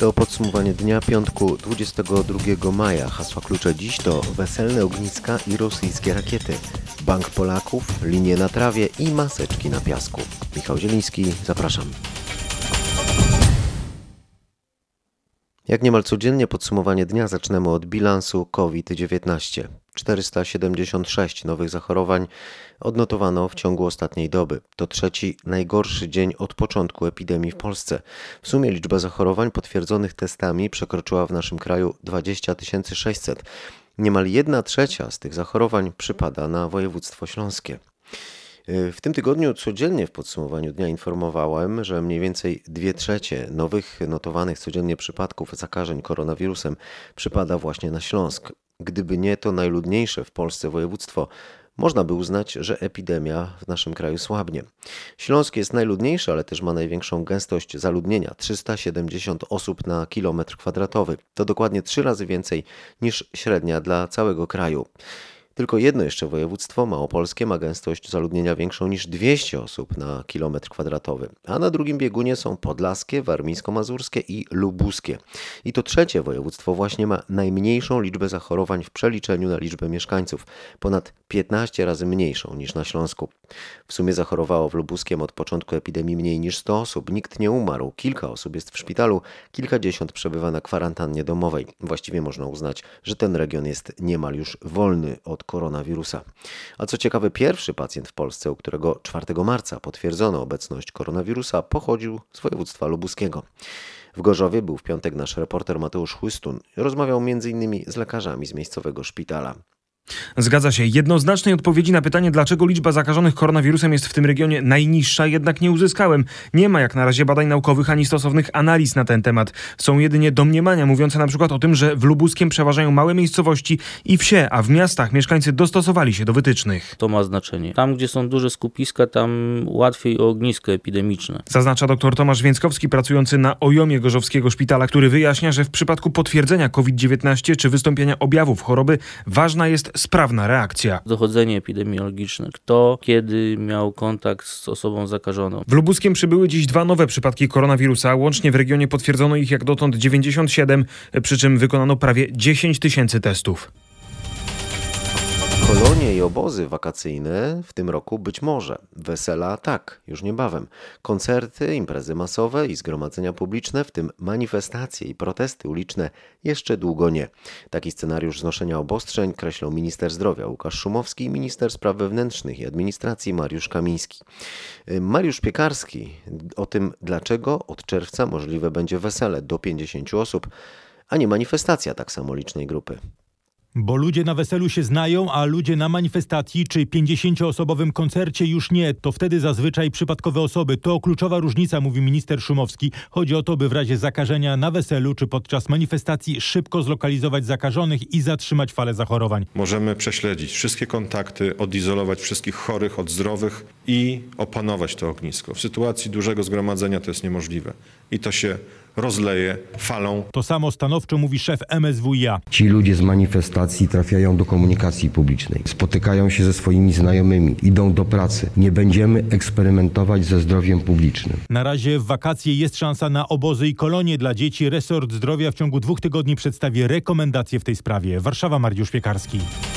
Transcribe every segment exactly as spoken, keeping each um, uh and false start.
To podsumowanie dnia piątku dwudziestego drugiego maja. Hasła klucze dziś to weselne ogniska i rosyjskie rakiety, Bank Polaków, linie na trawie i maseczki na piasku. Michał Zieliński, zapraszam. Jak niemal codziennie podsumowanie dnia zaczniemy od bilansu COVID dziewiętnaście. czterysta siedemdziesiąt sześć nowych zachorowań odnotowano w ciągu ostatniej doby. To trzeci najgorszy dzień od początku epidemii w Polsce. W sumie liczba zachorowań potwierdzonych testami przekroczyła w naszym kraju dwadzieścia tysięcy sześćset. Niemal jedna trzecia z tych zachorowań przypada na województwo śląskie. W tym tygodniu codziennie w podsumowaniu dnia informowałem, że mniej więcej dwie trzecie nowych notowanych codziennie przypadków zakażeń koronawirusem przypada właśnie na Śląsk. Gdyby nie to najludniejsze w Polsce województwo, można by uznać, że epidemia w naszym kraju słabnie. Śląsk jest najludniejszy, ale też ma największą gęstość zaludnienia – trzysta siedemdziesiąt osób na kilometr kwadratowy. To dokładnie trzy razy więcej niż średnia dla całego kraju. Tylko jedno jeszcze województwo, małopolskie, ma gęstość zaludnienia większą niż dwieście osób na kilometr kwadratowy, a na drugim biegunie są podlaskie, warmińsko-mazurskie i lubuskie. I to trzecie województwo właśnie ma najmniejszą liczbę zachorowań w przeliczeniu na liczbę mieszkańców, ponad piętnaście razy mniejszą niż na Śląsku. W sumie zachorowało w lubuskiem od początku epidemii mniej niż sto osób, nikt nie umarł, kilka osób jest w szpitalu, kilkadziesiąt przebywa na kwarantannie domowej. Właściwie można uznać, że ten region jest niemal już wolny od koronawirusa. A co ciekawe, pierwszy pacjent w Polsce, u którego czwartego marca potwierdzono obecność koronawirusa, pochodził z województwa lubuskiego. W Gorzowie był w piątek nasz reporter Mateusz Chłystun. Rozmawiał między innymi z lekarzami z miejscowego szpitala. Zgadza się. Jednoznacznej odpowiedzi na pytanie, dlaczego liczba zakażonych koronawirusem jest w tym regionie najniższa, jednak nie uzyskałem. Nie ma jak na razie badań naukowych ani stosownych analiz na ten temat. Są jedynie domniemania mówiące na przykład o tym, że w lubuskiem przeważają małe miejscowości i wsie, a w miastach mieszkańcy dostosowali się do wytycznych. To ma znaczenie. Tam, gdzie są duże skupiska, tam łatwiej o ognisko epidemiczne. Zaznacza dr Tomasz Więckowski, pracujący na ojomie Gorzowskiego Szpitala, który wyjaśnia, że w przypadku potwierdzenia COVID dziewiętnaście czy wystąpienia objawów choroby ważna jest sprawna reakcja. Dochodzenie epidemiologiczne. Kto, kiedy miał kontakt z osobą zakażoną. W lubuskiem przybyły dziś dwa nowe przypadki koronawirusa. Łącznie w regionie potwierdzono ich jak dotąd dziewięćdziesiąt siedem, przy czym wykonano prawie dziesięć tysięcy testów. Kolonie i obozy wakacyjne w tym roku być może. Wesela tak, już niebawem. Koncerty, imprezy masowe i zgromadzenia publiczne, w tym manifestacje i protesty uliczne jeszcze długo nie. Taki scenariusz znoszenia obostrzeń kreślą minister zdrowia Łukasz Szumowski i minister spraw wewnętrznych i administracji Mariusz Kamiński. Mariusz Piekarski o tym, dlaczego od czerwca możliwe będzie wesele do pięćdziesięciu osób, a nie manifestacja tak samo licznej grupy. Bo ludzie na weselu się znają, a ludzie na manifestacji czy pięćdziesięcioosobowym koncercie już nie. To wtedy zazwyczaj przypadkowe osoby. To kluczowa różnica, mówi minister Szumowski. Chodzi o to, by w razie zakażenia na weselu czy podczas manifestacji szybko zlokalizować zakażonych i zatrzymać falę zachorowań. Możemy prześledzić wszystkie kontakty, odizolować wszystkich chorych od zdrowych i opanować to ognisko. W sytuacji dużego zgromadzenia to jest niemożliwe i to się rozleje falą. To samo stanowczo mówi szef M S W i A. Ci ludzie z manifestacji trafiają do komunikacji publicznej, spotykają się ze swoimi znajomymi, idą do pracy. Nie będziemy eksperymentować ze zdrowiem publicznym. Na razie w wakacje jest szansa na obozy i kolonie dla dzieci. Resort Zdrowia w ciągu dwóch tygodni przedstawi rekomendacje w tej sprawie. Warszawa, Mariusz Piekarski.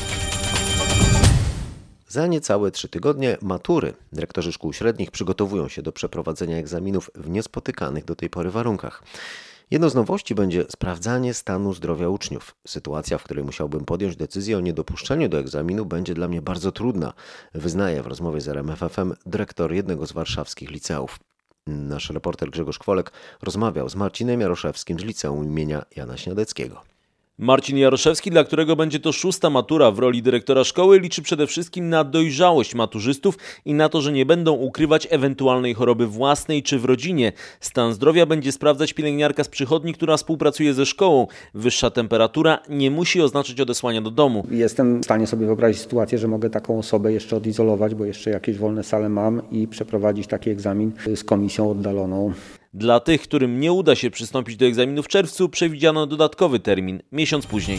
Za niecałe trzy tygodnie matury. Dyrektorzy szkół średnich przygotowują się do przeprowadzenia egzaminów w niespotykanych do tej pory warunkach. Jedną z nowości będzie sprawdzanie stanu zdrowia uczniów. Sytuacja, w której musiałbym podjąć decyzję o niedopuszczeniu do egzaminu, będzie dla mnie bardzo trudna, wyznaje w rozmowie z R M F F M dyrektor jednego z warszawskich liceów. Nasz reporter Grzegorz Kwolek rozmawiał z Marcinem Jaroszewskim z liceum imienia Jana Śniadeckiego. Marcin Jaroszewski, dla którego będzie to szósta matura w roli dyrektora szkoły, liczy przede wszystkim na dojrzałość maturzystów i na to, że nie będą ukrywać ewentualnej choroby własnej czy w rodzinie. Stan zdrowia będzie sprawdzać pielęgniarka z przychodni, która współpracuje ze szkołą. Wyższa temperatura nie musi oznaczać odesłania do domu. Jestem w stanie sobie wyobrazić sytuację, że mogę taką osobę jeszcze odizolować, bo jeszcze jakieś wolne sale mam i przeprowadzić taki egzamin z komisją oddaloną. Dla tych, którym nie uda się przystąpić do egzaminu w czerwcu, przewidziano dodatkowy termin, miesiąc później.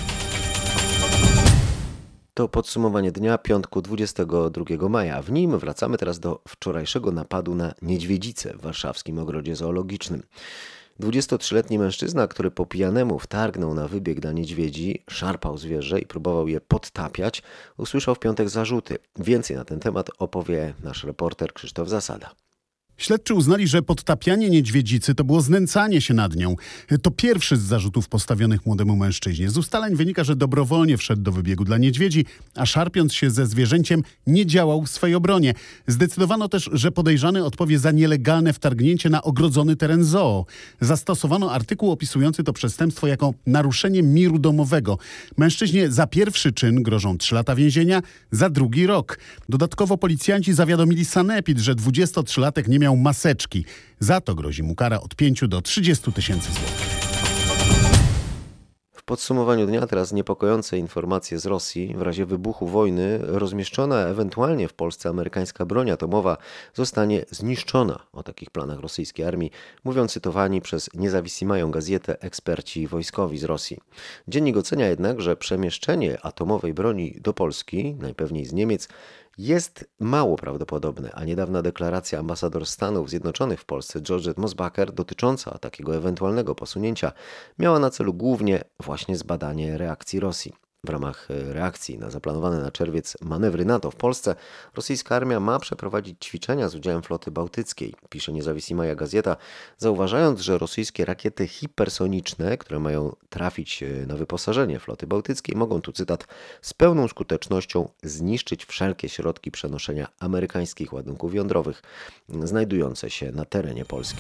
To podsumowanie dnia piątku dwudziestego drugiego maja. W nim wracamy teraz do wczorajszego napadu na niedźwiedzicę w warszawskim ogrodzie zoologicznym. dwudziestotrzyletni mężczyzna, który po pijanemu wtargnął na wybieg dla niedźwiedzi, szarpał zwierzę i próbował je podtapiać, usłyszał w piątek zarzuty. Więcej na ten temat opowie nasz reporter Krzysztof Zasada. Śledczy uznali, że podtapianie niedźwiedzicy to było znęcanie się nad nią. To pierwszy z zarzutów postawionych młodemu mężczyźnie. Z ustaleń wynika, że dobrowolnie wszedł do wybiegu dla niedźwiedzi, a szarpiąc się ze zwierzęciem nie działał w swej obronie. Zdecydowano też, że podejrzany odpowie za nielegalne wtargnięcie na ogrodzony teren zoo. Zastosowano artykuł opisujący to przestępstwo jako naruszenie miru domowego. Mężczyźnie za pierwszy czyn grożą trzy lata więzienia, za drugi rok. Dodatkowo policjanci zawiadomili sanepid, że dwudziestotrzylatek nie miał miał maseczki. Za to grozi mu kara od pięciu do trzydziestu tysięcy złotych. W podsumowaniu dnia teraz niepokojące informacje z Rosji. W razie wybuchu wojny rozmieszczona ewentualnie w Polsce amerykańska broń atomowa zostanie zniszczona. O takich planach rosyjskiej armii mówią cytowani przez Niezawisimają gazetę eksperci wojskowi z Rosji. Dziennik ocenia jednak, że przemieszczenie atomowej broni do Polski, najpewniej z Niemiec, jest mało prawdopodobne, a niedawna deklaracja ambasador Stanów Zjednoczonych w Polsce Georgette Mosbacher dotycząca takiego ewentualnego posunięcia miała na celu głównie właśnie zbadanie reakcji Rosji. W ramach reakcji na zaplanowane na czerwiec manewry NATO w Polsce rosyjska armia ma przeprowadzić ćwiczenia z udziałem floty bałtyckiej, pisze Niezawisimaja gazeta, zauważając, że rosyjskie rakiety hipersoniczne, które mają trafić na wyposażenie floty bałtyckiej, mogą, tu cytat, z pełną skutecznością zniszczyć wszelkie środki przenoszenia amerykańskich ładunków jądrowych znajdujące się na terenie Polski.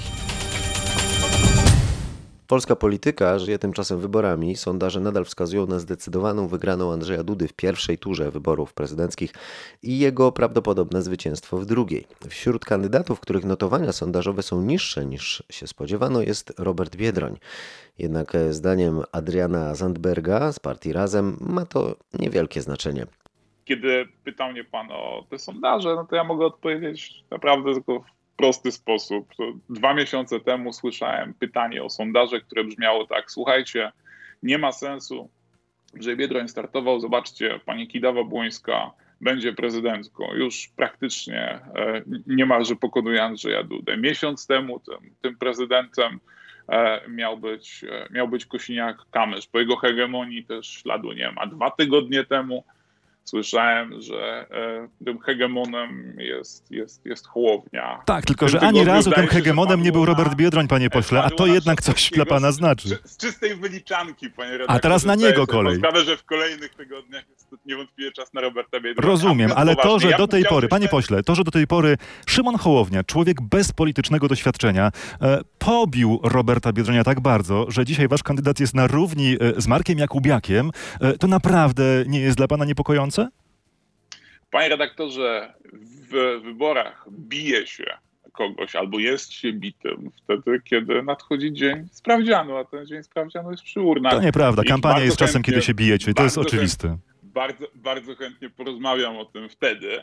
Polska polityka żyje tymczasem wyborami. Sondaże nadal wskazują na zdecydowaną wygraną Andrzeja Dudy w pierwszej turze wyborów prezydenckich i jego prawdopodobne zwycięstwo w drugiej. Wśród kandydatów, których notowania sondażowe są niższe niż się spodziewano, jest Robert Biedroń. Jednak zdaniem Adriana Zandberga z partii Razem ma to niewielkie znaczenie. Kiedy pytał mnie pan o te sondaże, no to ja mogę odpowiedzieć naprawdę tylko w prosty sposób. To dwa miesiące temu słyszałem pytanie o sondaże, które brzmiało tak: słuchajcie, nie ma sensu, że Biedroń startował, zobaczcie, pani Kidawa-Błońska będzie prezydentką. Już praktycznie niemalże pokonuje Andrzeja Dudę. Miesiąc temu tym, tym prezydentem miał być, miał być Kosiniak-Kamysz. Po jego hegemonii też śladu nie ma. Dwa tygodnie temu słyszałem, że e, tym hegemonem jest, jest, jest Hołownia. Tak, tylko że ani razu tym hegemonem nie był Robert Biedroń, panie pośle, a to jednak coś dla pana znaczy. Z, z czystej wyliczanki, panie redaktorze. A teraz na niego kolej. Sprawę, że w kolejnych tygodniach jest niewątpliwie czas na Roberta Biedronia. Rozumiem, ale to, że do tej pory, panie pośle, to, że do tej pory Szymon Hołownia, człowiek bez politycznego doświadczenia, e, pobił Roberta Biedronia tak bardzo, że dzisiaj wasz kandydat jest na równi e, z Markiem Jakubiakiem, e, to naprawdę nie jest dla pana niepokojące? Panie redaktorze, w wyborach bije się kogoś albo jest się bitym wtedy, kiedy nadchodzi dzień sprawdzianu, a ten dzień sprawdzianu jest przy urnach. To nieprawda, I kampania jest czasem, chętnie, kiedy się bijecie, to jest oczywiste. Chętnie, bardzo, bardzo chętnie porozmawiam o tym wtedy.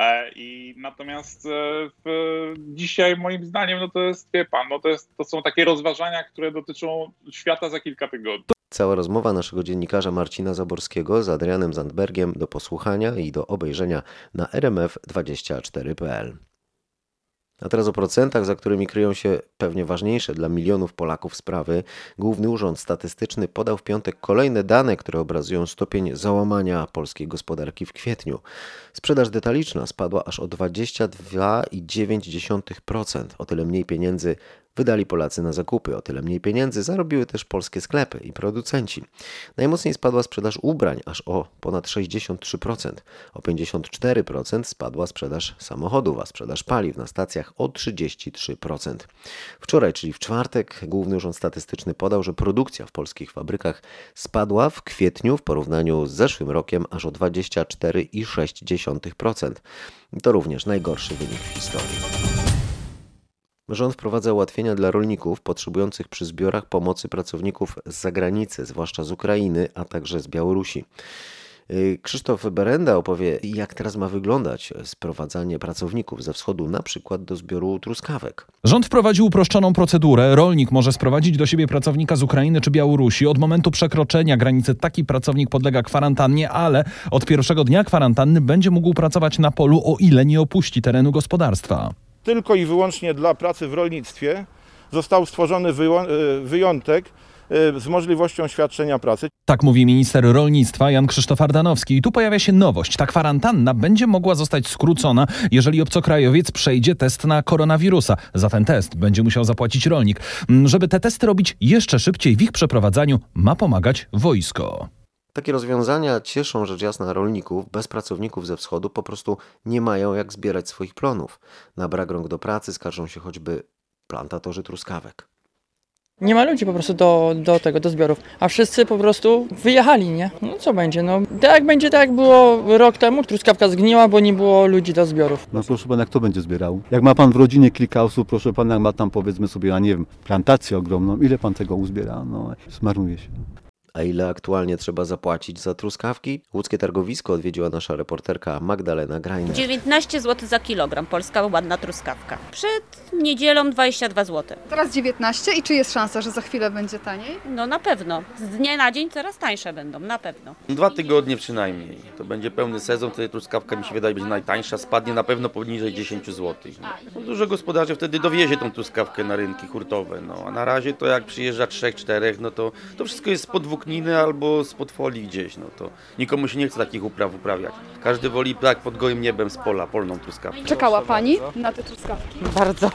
I natomiast w, dzisiaj moim zdaniem, no to jest, wie pan, no to, jest, to są takie rozważania, które dotyczą świata za kilka tygodni. Cała rozmowa naszego dziennikarza Marcina Zaborskiego z Adrianem Zandbergiem do posłuchania i do obejrzenia na r m f dwadzieścia cztery kropka p l. A teraz o procentach, za którymi kryją się pewnie ważniejsze dla milionów Polaków sprawy. Główny Urząd Statystyczny podał w piątek kolejne dane, które obrazują stopień załamania polskiej gospodarki w kwietniu. Sprzedaż detaliczna spadła aż o dwadzieścia dwa przecinek dziewięć procent. O tyle mniej pieniędzy wydali Polacy na zakupy. O tyle mniej pieniędzy zarobiły też polskie sklepy i producenci. Najmocniej spadła sprzedaż ubrań, aż o ponad sześćdziesiąt trzy procent. O pięćdziesiąt cztery procent spadła sprzedaż samochodów, a sprzedaż paliw na stacjach o trzydzieści trzy procent. Wczoraj, czyli w czwartek, Główny Urząd Statystyczny podał, że produkcja w polskich fabrykach spadła w kwietniu w porównaniu z zeszłym rokiem aż o dwadzieścia cztery przecinek sześć procent. To również najgorszy wynik w historii. Rząd wprowadza ułatwienia dla rolników potrzebujących przy zbiorach pomocy pracowników z zagranicy, zwłaszcza z Ukrainy, a także z Białorusi. Krzysztof Berenda opowie, jak teraz ma wyglądać sprowadzanie pracowników ze wschodu, na przykład do zbioru truskawek. Rząd wprowadził uproszczoną procedurę. Rolnik może sprowadzić do siebie pracownika z Ukrainy czy Białorusi. Od momentu przekroczenia granicy taki pracownik podlega kwarantannie, ale od pierwszego dnia kwarantanny będzie mógł pracować na polu, o ile nie opuści terenu gospodarstwa. Tylko i wyłącznie dla pracy w rolnictwie został stworzony wyjątek z możliwością świadczenia pracy. Tak mówi minister rolnictwa Jan Krzysztof Ardanowski. I tu pojawia się nowość. Ta kwarantanna będzie mogła zostać skrócona, jeżeli obcokrajowiec przejdzie test na koronawirusa. Za ten test będzie musiał zapłacić rolnik. Żeby te testy robić jeszcze szybciej, w ich przeprowadzaniu ma pomagać wojsko. Takie rozwiązania cieszą rzecz jasna rolników. Bez pracowników ze wschodu po prostu nie mają jak zbierać swoich plonów. Na brak rąk do pracy skarżą się choćby plantatorzy truskawek. Nie ma ludzi po prostu do, do tego, do zbiorów, a wszyscy po prostu wyjechali, nie? No co będzie, no tak jak będzie, tak jak było rok temu, truskawka zgniła, bo nie było ludzi do zbiorów. No proszę pana, kto będzie zbierał? Jak ma pan w rodzinie kilka osób, proszę pana, jak ma tam powiedzmy sobie, ja nie wiem, plantację ogromną, ile pan tego uzbiera? No zmarnuje się. A ile aktualnie trzeba zapłacić za truskawki? Łódzkie targowisko odwiedziła nasza reporterka Magdalena Grajner. dziewiętnaście złotych za kilogram, polska ładna truskawka. Przed niedzielą dwadzieścia dwa złote. Teraz dziewiętnaście i czy jest szansa, że za chwilę będzie taniej? No na pewno. Z dnia na dzień coraz tańsze będą, na pewno. Dwa tygodnie przynajmniej. To będzie pełny sezon, wtedy truskawka mi się wydaje będzie najtańsza, spadnie na pewno poniżej dziesięć złotych. No, dużo gospodarzy wtedy dowiezie tą truskawkę na rynki hurtowe. No, a na razie to jak przyjeżdża trzech, czterech, no to, to wszystko jest spod dwóch albo spod folii gdzieś, no to nikomu się nie chce takich upraw uprawiać. Każdy woli tak pod gołym niebem z pola, polną truskawkę. Czekała Pani na te truskawki? Bardzo.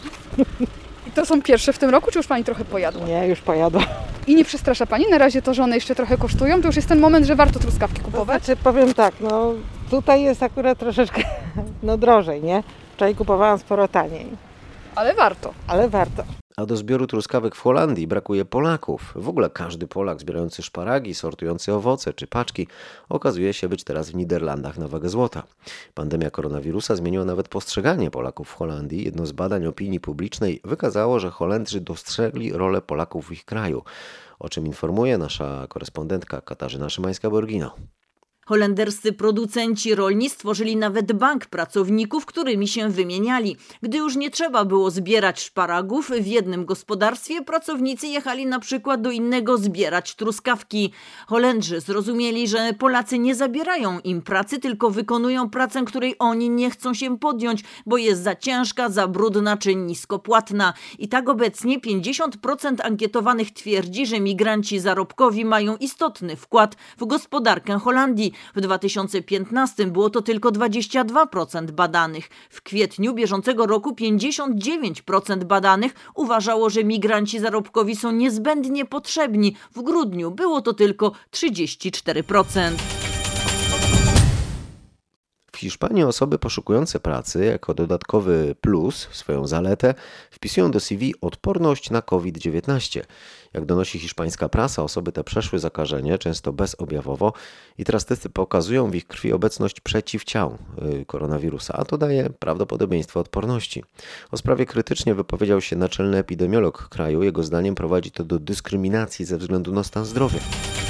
I to są pierwsze w tym roku, czy już Pani trochę pojadła? Nie, już pojadła. I nie przestrasza Pani? Na razie to, że one jeszcze trochę kosztują, to już jest ten moment, że warto truskawki kupować? To znaczy, powiem tak, no tutaj jest akurat troszeczkę no drożej, nie? Wczoraj kupowałam sporo taniej. Ale warto. Ale warto. A do zbioru truskawek w Holandii brakuje Polaków. W ogóle każdy Polak zbierający szparagi, sortujący owoce czy paczki okazuje się być teraz w Niderlandach na wagę złota. Pandemia koronawirusa zmieniła nawet postrzeganie Polaków w Holandii. Jedno z badań opinii publicznej wykazało, że Holendrzy dostrzegli rolę Polaków w ich kraju, o czym informuje nasza korespondentka Katarzyna Szymańska-Borgino. Holenderscy producenci rolni stworzyli nawet bank pracowników, którymi się wymieniali. Gdy już nie trzeba było zbierać szparagów w jednym gospodarstwie, pracownicy jechali na przykład do innego zbierać truskawki. Holendrzy zrozumieli, że Polacy nie zabierają im pracy, tylko wykonują pracę, której oni nie chcą się podjąć, bo jest za ciężka, za brudna czy niskopłatna. I tak obecnie pięćdziesiąt procent ankietowanych twierdzi, że migranci zarobkowi mają istotny wkład w gospodarkę Holandii. W dwa tysiące piętnastym było to tylko dwadzieścia dwa procent badanych. W kwietniu bieżącego roku pięćdziesiąt dziewięć procent badanych uważało, że migranci zarobkowi są niezbędnie potrzebni. W grudniu było to tylko trzydzieści cztery procent. W Hiszpanii osoby poszukujące pracy jako dodatkowy plus, swoją zaletę, wpisują do C V odporność na COVID dziewiętnaście. Jak donosi hiszpańska prasa, osoby te przeszły zakażenie, często bezobjawowo i teraz testy pokazują w ich krwi obecność przeciwciał koronawirusa, a to daje prawdopodobieństwo odporności. O sprawie krytycznie wypowiedział się naczelny epidemiolog kraju. Jego zdaniem prowadzi to do dyskryminacji ze względu na stan zdrowia.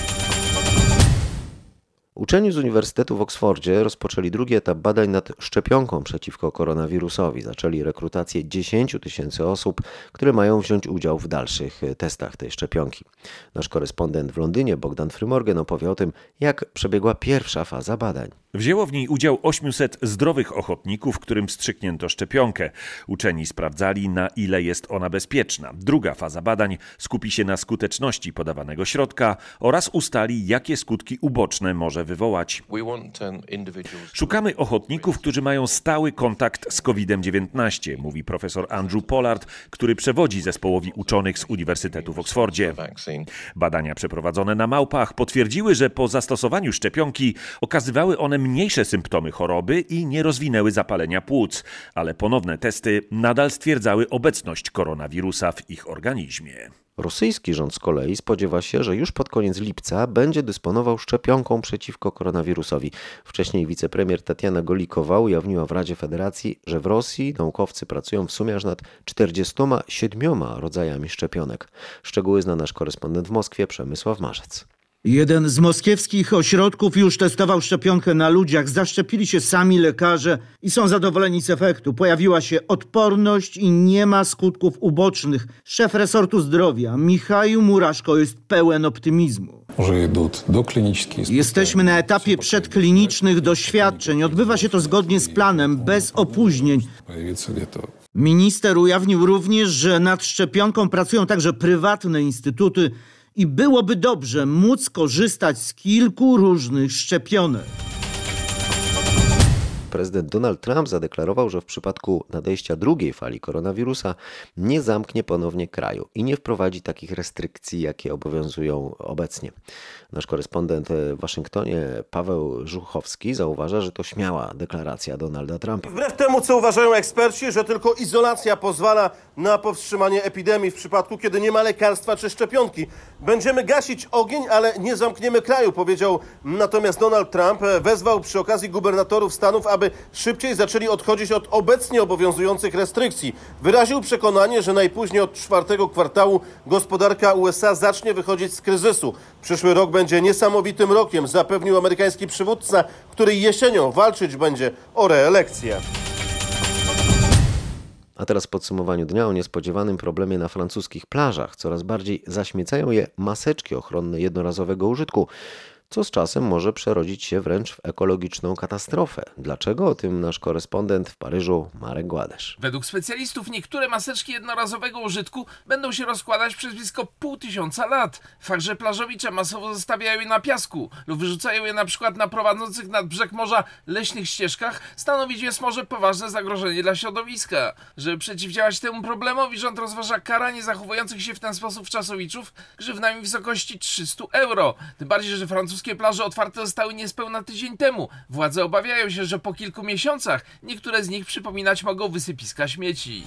Uczeni z Uniwersytetu w Oksfordzie rozpoczęli drugi etap badań nad szczepionką przeciwko koronawirusowi. Zaczęli rekrutację dziesięć tysięcy osób, które mają wziąć udział w dalszych testach tej szczepionki. Nasz korespondent w Londynie, Bogdan Frymorgan, opowie o tym, jak przebiegła pierwsza faza badań. Wzięło w niej udział osiemset zdrowych ochotników, którym wstrzyknięto szczepionkę. Uczeni sprawdzali, na ile jest ona bezpieczna. Druga faza badań skupi się na skuteczności podawanego środka oraz ustali, jakie skutki uboczne może wywołać. Szukamy ochotników, którzy mają stały kontakt z COVID dziewiętnaście, mówi profesor Andrew Pollard, który przewodzi zespołowi uczonych z Uniwersytetu w Oksfordzie. Badania przeprowadzone na małpach potwierdziły, że po zastosowaniu szczepionki okazywały one mniejsze symptomy choroby i nie rozwinęły zapalenia płuc, ale ponowne testy nadal stwierdzały obecność koronawirusa w ich organizmie. Rosyjski rząd z kolei spodziewa się, że już pod koniec lipca będzie dysponował szczepionką przeciwko koronawirusowi. Wcześniej wicepremier Tatiana Golikowa ujawniła w Radzie Federacji, że w Rosji naukowcy pracują w sumie aż nad czterdziestoma siedmioma rodzajami szczepionek. Szczegóły zna nasz korespondent w Moskwie Przemysław Marzec. Jeden z moskiewskich ośrodków już testował szczepionkę na ludziach. Zaszczepili się sami lekarze i są zadowoleni z efektu. Pojawiła się odporność i nie ma skutków ubocznych. Szef resortu zdrowia Michał Muraszko jest pełen optymizmu. Jesteśmy na etapie przedklinicznych doświadczeń. Odbywa się to zgodnie z planem, bez opóźnień. Minister ujawnił również, że nad szczepionką pracują także prywatne instytuty i byłoby dobrze móc korzystać z kilku różnych szczepionek. Prezydent Donald Trump zadeklarował, że w przypadku nadejścia drugiej fali koronawirusa nie zamknie ponownie kraju i nie wprowadzi takich restrykcji, jakie obowiązują obecnie. Nasz korespondent w Waszyngtonie, Paweł Żuchowski, zauważa, że to śmiała deklaracja Donalda Trumpa. Wbrew temu, co uważają eksperci, że tylko izolacja pozwala na powstrzymanie epidemii w przypadku, kiedy nie ma lekarstwa czy szczepionki. Będziemy gasić ogień, ale nie zamkniemy kraju, powiedział natomiast Donald Trump. Wezwał przy okazji gubernatorów stanów, aby szybciej zaczęli odchodzić od obecnie obowiązujących restrykcji. Wyraził przekonanie, że najpóźniej od czwartego kwartału gospodarka U S A zacznie wychodzić z kryzysu. Przyszły rok będzie niesamowitym rokiem, zapewnił amerykański przywódca, który jesienią walczyć będzie o reelekcję. A teraz w podsumowaniu dnia o niespodziewanym problemie na francuskich plażach. Coraz bardziej zaśmiecają je maseczki ochronne jednorazowego użytku, co z czasem może przerodzić się wręcz w ekologiczną katastrofę. Dlaczego? O tym nasz korespondent w Paryżu, Marek Gładesz. Według specjalistów niektóre maseczki jednorazowego użytku będą się rozkładać przez blisko pół tysiąca lat. Fakt, że plażowicze masowo zostawiają je na piasku lub wyrzucają je na przykład na prowadzących nad brzeg morza leśnych ścieżkach, stanowić więc może poważne zagrożenie dla środowiska. Żeby przeciwdziałać temu problemowi, rząd rozważa karanie zachowujących się w ten sposób czasowiczów grzywnami w wysokości trzysta euro. Tym bardziej, że francuskie plaże otwarte zostały niespełna tydzień temu. Władze obawiają się, że po kilku miesiącach niektóre z nich przypominać mogą wysypiska śmieci.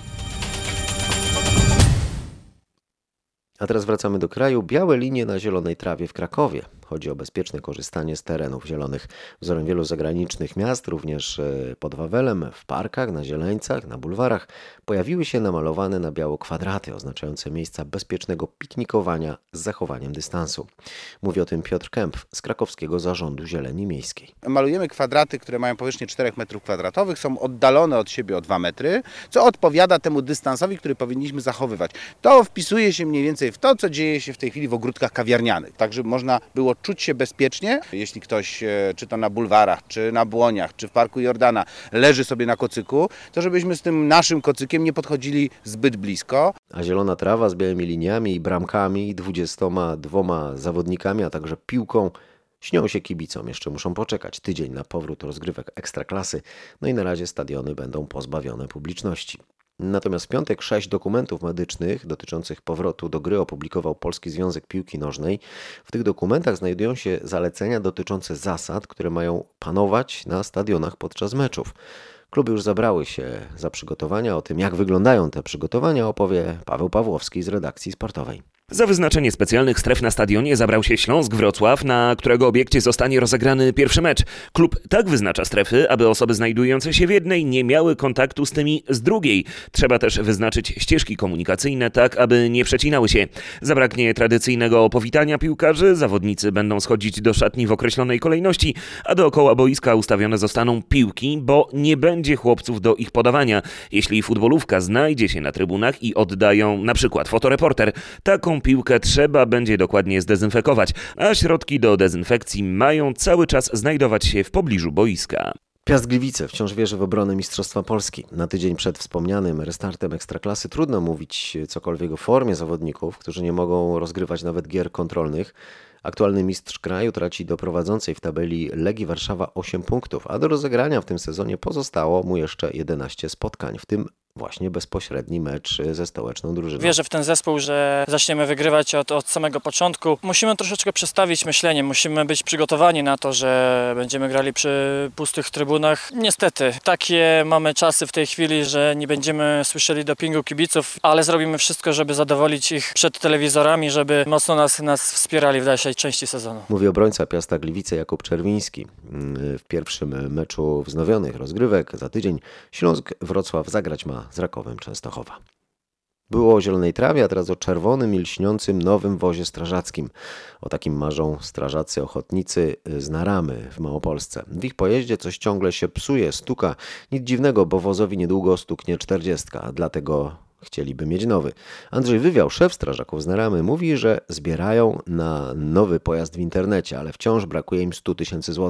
A teraz wracamy do kraju. Białe linie na zielonej trawie w Krakowie. Chodzi o bezpieczne korzystanie z terenów zielonych. Wzorem wielu zagranicznych miast, również pod Wawelem, w parkach, na zieleńcach, na bulwarach, pojawiły się namalowane na biało kwadraty oznaczające miejsca bezpiecznego piknikowania z zachowaniem dystansu. Mówi o tym Piotr Kęp z krakowskiego Zarządu Zieleni Miejskiej. Malujemy kwadraty, które mają powierzchnię czterech metrów kwadratowych, są oddalone od siebie o dwa metry, co odpowiada temu dystansowi, który powinniśmy zachowywać. To wpisuje się mniej więcej w to, co dzieje się w tej chwili w ogródkach kawiarnianych, tak żeby można było czuć się bezpiecznie. Jeśli ktoś, czy to na bulwarach, czy na Błoniach, czy w Parku Jordana leży sobie na kocyku, to żebyśmy z tym naszym kocykiem nie podchodzili zbyt blisko. A zielona trawa z białymi liniami i bramkami, dwudziestoma dwoma zawodnikami, a także piłką śnią się kibicom. Jeszcze muszą poczekać tydzień na powrót rozgrywek Ekstraklasy. No i na razie stadiony będą pozbawione publiczności. Natomiast w piątek sześć dokumentów medycznych dotyczących powrotu do gry opublikował Polski Związek Piłki Nożnej. W tych dokumentach znajdują się zalecenia dotyczące zasad, które mają panować na stadionach podczas meczów. Kluby już zabrały się za przygotowania. O tym, jak wyglądają te przygotowania, opowie Paweł Pawłowski z redakcji sportowej. Za wyznaczenie specjalnych stref na stadionie zabrał się Śląsk Wrocław, na którego obiekcie zostanie rozegrany pierwszy mecz. Klub tak wyznacza strefy, aby osoby znajdujące się w jednej nie miały kontaktu z tymi z drugiej. Trzeba też wyznaczyć ścieżki komunikacyjne tak, aby nie przecinały się. Zabraknie tradycyjnego powitania piłkarzy, zawodnicy będą schodzić do szatni w określonej kolejności, a dookoła boiska ustawione zostaną piłki, bo nie będzie chłopców do ich podawania. Jeśli futbolówka znajdzie się na trybunach i oddają na przykład fotoreporter, taką piłkę trzeba będzie dokładnie zdezynfekować, a środki do dezynfekcji mają cały czas znajdować się w pobliżu boiska. Piast Gliwice wciąż wierzy w obronę Mistrzostwa Polski. Na tydzień przed wspomnianym restartem Ekstraklasy trudno mówić cokolwiek o formie zawodników, którzy nie mogą rozgrywać nawet gier kontrolnych. Aktualny mistrz kraju traci do prowadzącej w tabeli Legii Warszawa osiem punktów, a do rozegrania w tym sezonie pozostało mu jeszcze jedenaście spotkań, w tym właśnie bezpośredni mecz ze stołeczną drużyną. Wierzę w ten zespół, że zaczniemy wygrywać od, od samego początku. Musimy troszeczkę przestawić myślenie, musimy być przygotowani na to, że będziemy grali przy pustych trybunach. Niestety, takie mamy czasy w tej chwili, że nie będziemy słyszeli dopingu kibiców, ale zrobimy wszystko, żeby zadowolić ich przed telewizorami, żeby mocno nas, nas wspierali w dalszej części sezonu. Mówi obrońca Piasta Gliwice Jakub Czerwiński. W pierwszym meczu wznowionych rozgrywek za tydzień Śląsk Wrocław zagrać ma z Rakowem Częstochowa. Było o zielonej trawie, a teraz o czerwonym i lśniącym nowym wozie strażackim. O takim marzą strażacy ochotnicy z Naramy w Małopolsce. W ich pojeździe coś ciągle się psuje, stuka. Nic dziwnego, bo wozowi niedługo stuknie czterdziestka, a dlatego chcieliby mieć nowy. Andrzej Wywiał, szef strażaków z Naramy, mówi, że zbierają na nowy pojazd w internecie, ale wciąż brakuje im stu tysięcy złotych.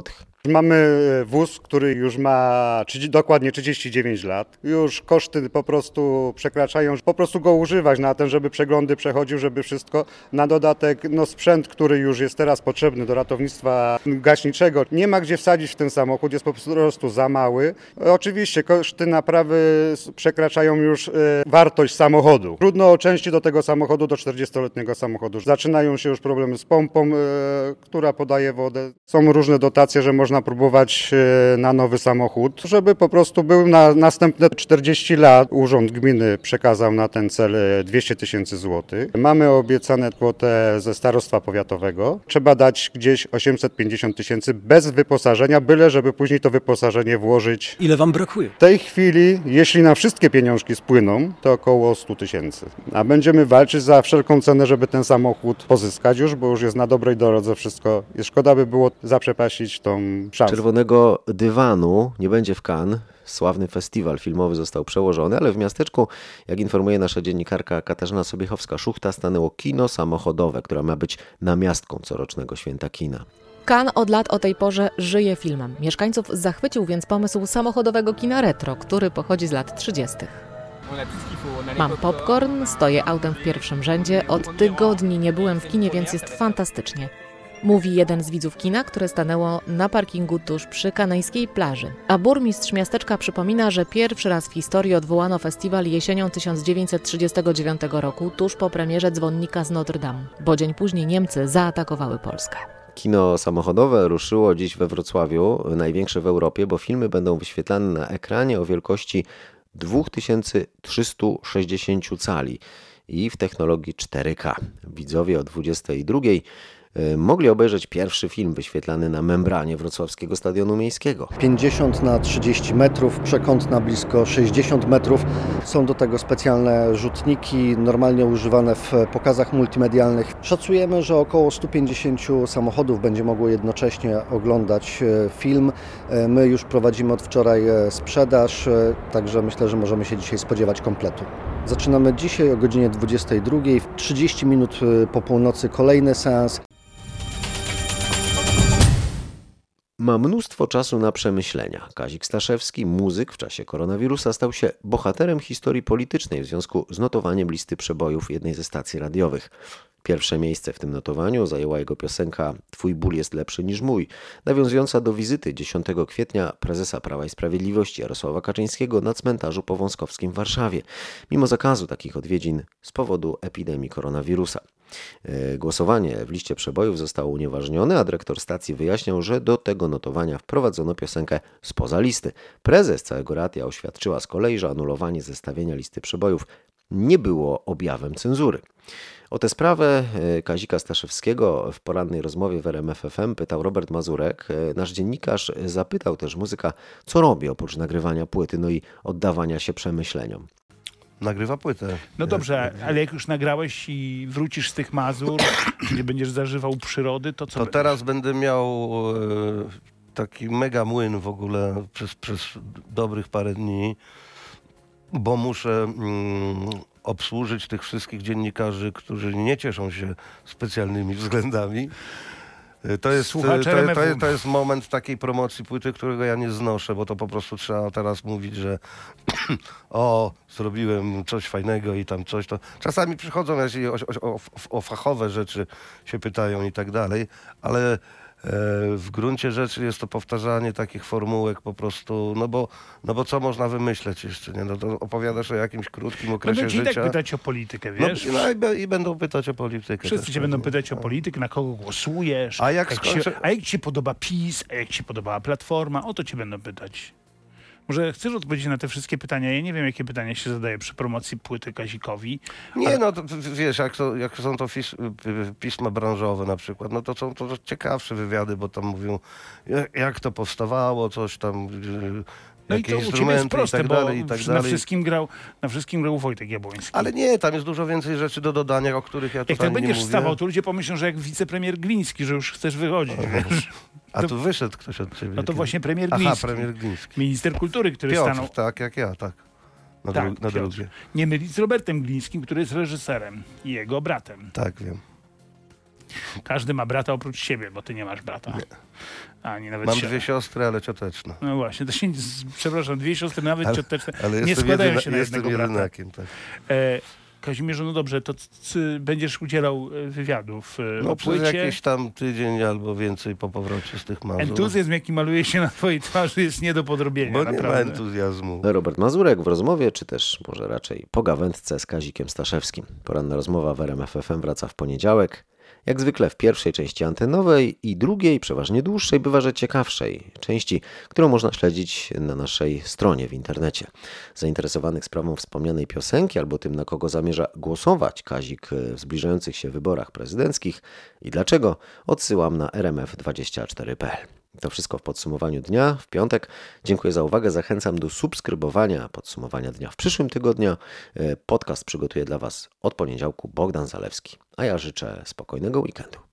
Mamy wóz, który już ma dokładnie trzydzieści dziewięć lat. Już koszty po prostu przekraczają, po prostu go używać na ten, żeby przeglądy przechodził, żeby wszystko. Na dodatek no, sprzęt, który już jest teraz potrzebny do ratownictwa gaśniczego, nie ma gdzie wsadzić w ten samochód, jest po prostu za mały. Oczywiście koszty naprawy przekraczają już wartość samochodu. Trudno o części do tego samochodu, do czterdziestoletniego samochodu. Zaczynają się już problemy z pompą, która podaje wodę. Są różne dotacje, że można próbować na nowy samochód, żeby po prostu był na następne czterdzieści lat. Urząd Gminy przekazał na ten cel dwieście tysięcy złotych. Mamy obiecane kwotę ze starostwa powiatowego. Trzeba dać gdzieś osiemset pięćdziesiąt tysięcy bez wyposażenia, byle żeby później to wyposażenie włożyć. Ile wam brakuje? W tej chwili, jeśli na wszystkie pieniążki spłyną, to około sto tysięcy. A będziemy walczyć za wszelką cenę, żeby ten samochód pozyskać już, bo już jest na dobrej drodze wszystko. Jest szkoda by było zaprzepaścić tą szansę. Czerwonego dywanu nie będzie w Cannes. Sławny festiwal filmowy został przełożony, ale w miasteczku, jak informuje nasza dziennikarka Katarzyna Sobiechowska-Szuchta, stanęło kino samochodowe, które ma być namiastką corocznego święta kina. Cannes od lat o tej porze żyje filmem. Mieszkańców zachwycił więc pomysł samochodowego kina retro, który pochodzi z lat trzydziestych. Mam popcorn, stoję autem w pierwszym rzędzie, od tygodni nie byłem w kinie, więc jest fantastycznie. Mówi jeden z widzów kina, które stanęło na parkingu tuż przy kanejskiej plaży. A burmistrz miasteczka przypomina, że pierwszy raz w historii odwołano festiwal jesienią tysiąc dziewięćset trzydziestego dziewiątego roku, tuż po premierze Dzwonnika z Notre Dame, bo dzień później Niemcy zaatakowały Polskę. Kino samochodowe ruszyło dziś we Wrocławiu, największe w Europie, bo filmy będą wyświetlane na ekranie o wielkości dwa tysiące trzysta sześćdziesiąt cali i w technologii cztery K. Widzowie o dwudziestej drugiej mogli obejrzeć pierwszy film wyświetlany na membranie wrocławskiego Stadionu Miejskiego. pięćdziesiąt na trzydzieści metrów, przekąt na blisko sześćdziesiąt metrów. Są do tego specjalne rzutniki, normalnie używane w pokazach multimedialnych. Szacujemy, że około sto pięćdziesiąt samochodów będzie mogło jednocześnie oglądać film. My już prowadzimy od wczoraj sprzedaż, także myślę, że możemy się dzisiaj spodziewać kompletu. Zaczynamy dzisiaj o godzinie dwudziestej drugiej, w trzydzieści minut po północy kolejny seans. Ma mnóstwo czasu na przemyślenia. Kazik Staszewski, muzyk, w czasie koronawirusa stał się bohaterem historii politycznej w związku z notowaniem listy przebojów jednej ze stacji radiowych. Pierwsze miejsce w tym notowaniu zajęła jego piosenka Twój ból jest lepszy niż mój, nawiązująca do wizyty dziesiątego kwietnia prezesa Prawa i Sprawiedliwości Jarosława Kaczyńskiego na cmentarzu powązkowskim w Warszawie, mimo zakazu takich odwiedzin z powodu epidemii koronawirusa. Głosowanie w liście przebojów zostało unieważnione, a dyrektor stacji wyjaśniał, że do tego notowania wprowadzono piosenkę spoza listy. Prezes całego radia oświadczyła z kolei, że anulowanie zestawienia listy przebojów nie było objawem cenzury. O tę sprawę Kazika Staszewskiego w porannej rozmowie w R M F F M pytał Robert Mazurek. Nasz dziennikarz zapytał też muzyka, co robi oprócz nagrywania płyty, no i oddawania się przemyśleniom. Nagrywa płytę. No dobrze, ale jak już nagrałeś i wrócisz z tych Mazur, gdzie będziesz zażywał przyrody, to co? To będziesz? teraz będę miał e, taki mega młyn w ogóle przez, przez dobrych parę dni, bo muszę mm, obsłużyć tych wszystkich dziennikarzy, którzy nie cieszą się specjalnymi względami. To jest, to, to, to, to jest moment takiej promocji płyty, którego ja nie znoszę, bo to po prostu trzeba teraz mówić, że o, zrobiłem coś fajnego i tam coś. To czasami przychodzą, jeśli o, o, o fachowe rzeczy się pytają i tak dalej, ale w gruncie rzeczy jest to powtarzanie takich formułek po prostu, no bo, no bo co można wymyśleć jeszcze, nie? No to opowiadasz o jakimś krótkim okresie będą życia. Będą tak pytać o politykę, wiesz? No, no i, i będą pytać o politykę. Wszyscy cię będą pytać o politykę, na kogo głosujesz, a jak, jak skończę... się, a jak ci się podoba PiS, a jak ci się podobała Platforma, o to cię będą pytać. Może chcesz odpowiedzieć na te wszystkie pytania? Ja nie wiem, jakie pytania się zadaje przy promocji płyty Kazikowi. Nie, ale... no to, wiesz, jak, to, jak są to fis, pisma branżowe na przykład, no to są to ciekawsze wywiady, bo tam mówią, jak, jak to powstawało, coś tam, no jakie i to instrumenty u ciebie jest proste, i tak dalej, i tak na dalej. Wszystkim grał, na wszystkim grał Wojtek Jabłoński. Ale nie, tam jest dużo więcej rzeczy do dodania, o których ja jak tutaj tak nie będziesz mówię. wstawał, to ludzie pomyślą, że jak wicepremier Gliński, że już chcesz wychodzić, wiesz. A to... tu wyszedł ktoś od ciebie. No to właśnie premier Gliński. Aha, premier Gliński. Minister kultury, który Piotr, stanął... tak, jak ja, tak. Na, tak, dru na drugie. Nie mylić z Robertem Glińskim, który jest reżyserem i jego bratem. Tak, wiem. Każdy ma brata oprócz siebie, bo ty nie masz brata. Ani nawet Mam się... dwie siostry, ale cioteczne. No właśnie, to się, przepraszam, dwie siostry, nawet ale, cioteczne, ale nie składają jedyna, się na jednego brata. jedynakiem, tak. E, Kazimierzu, no dobrze, to c, będziesz udzielał wywiadów no, o przez płycie. jakiś tam tydzień albo więcej po powrocie z tych Mazur. Entuzjazm, jaki maluje się na twojej twarzy, jest nie do podrobienia. Bo nie naprawdę. ma entuzjazmu. Robert Mazurek w rozmowie, czy też może raczej pogawędce z Kazikiem Staszewskim. Poranna rozmowa w R M F F M wraca w poniedziałek. Jak zwykle w pierwszej części antenowej i drugiej, przeważnie dłuższej, bywa, że ciekawszej części, którą można śledzić na naszej stronie w internecie. Zainteresowanych sprawą wspomnianej piosenki albo tym, na kogo zamierza głosować Kazik w zbliżających się wyborach prezydenckich i dlaczego, odsyłam na r m f dwadzieścia cztery kropka p l. To wszystko w podsumowaniu dnia w piątek. Dziękuję za uwagę. Zachęcam do subskrybowania podsumowania dnia w przyszłym tygodniu. Podcast przygotuję dla Was od poniedziałku Bogdan Zalewski, a ja życzę spokojnego weekendu.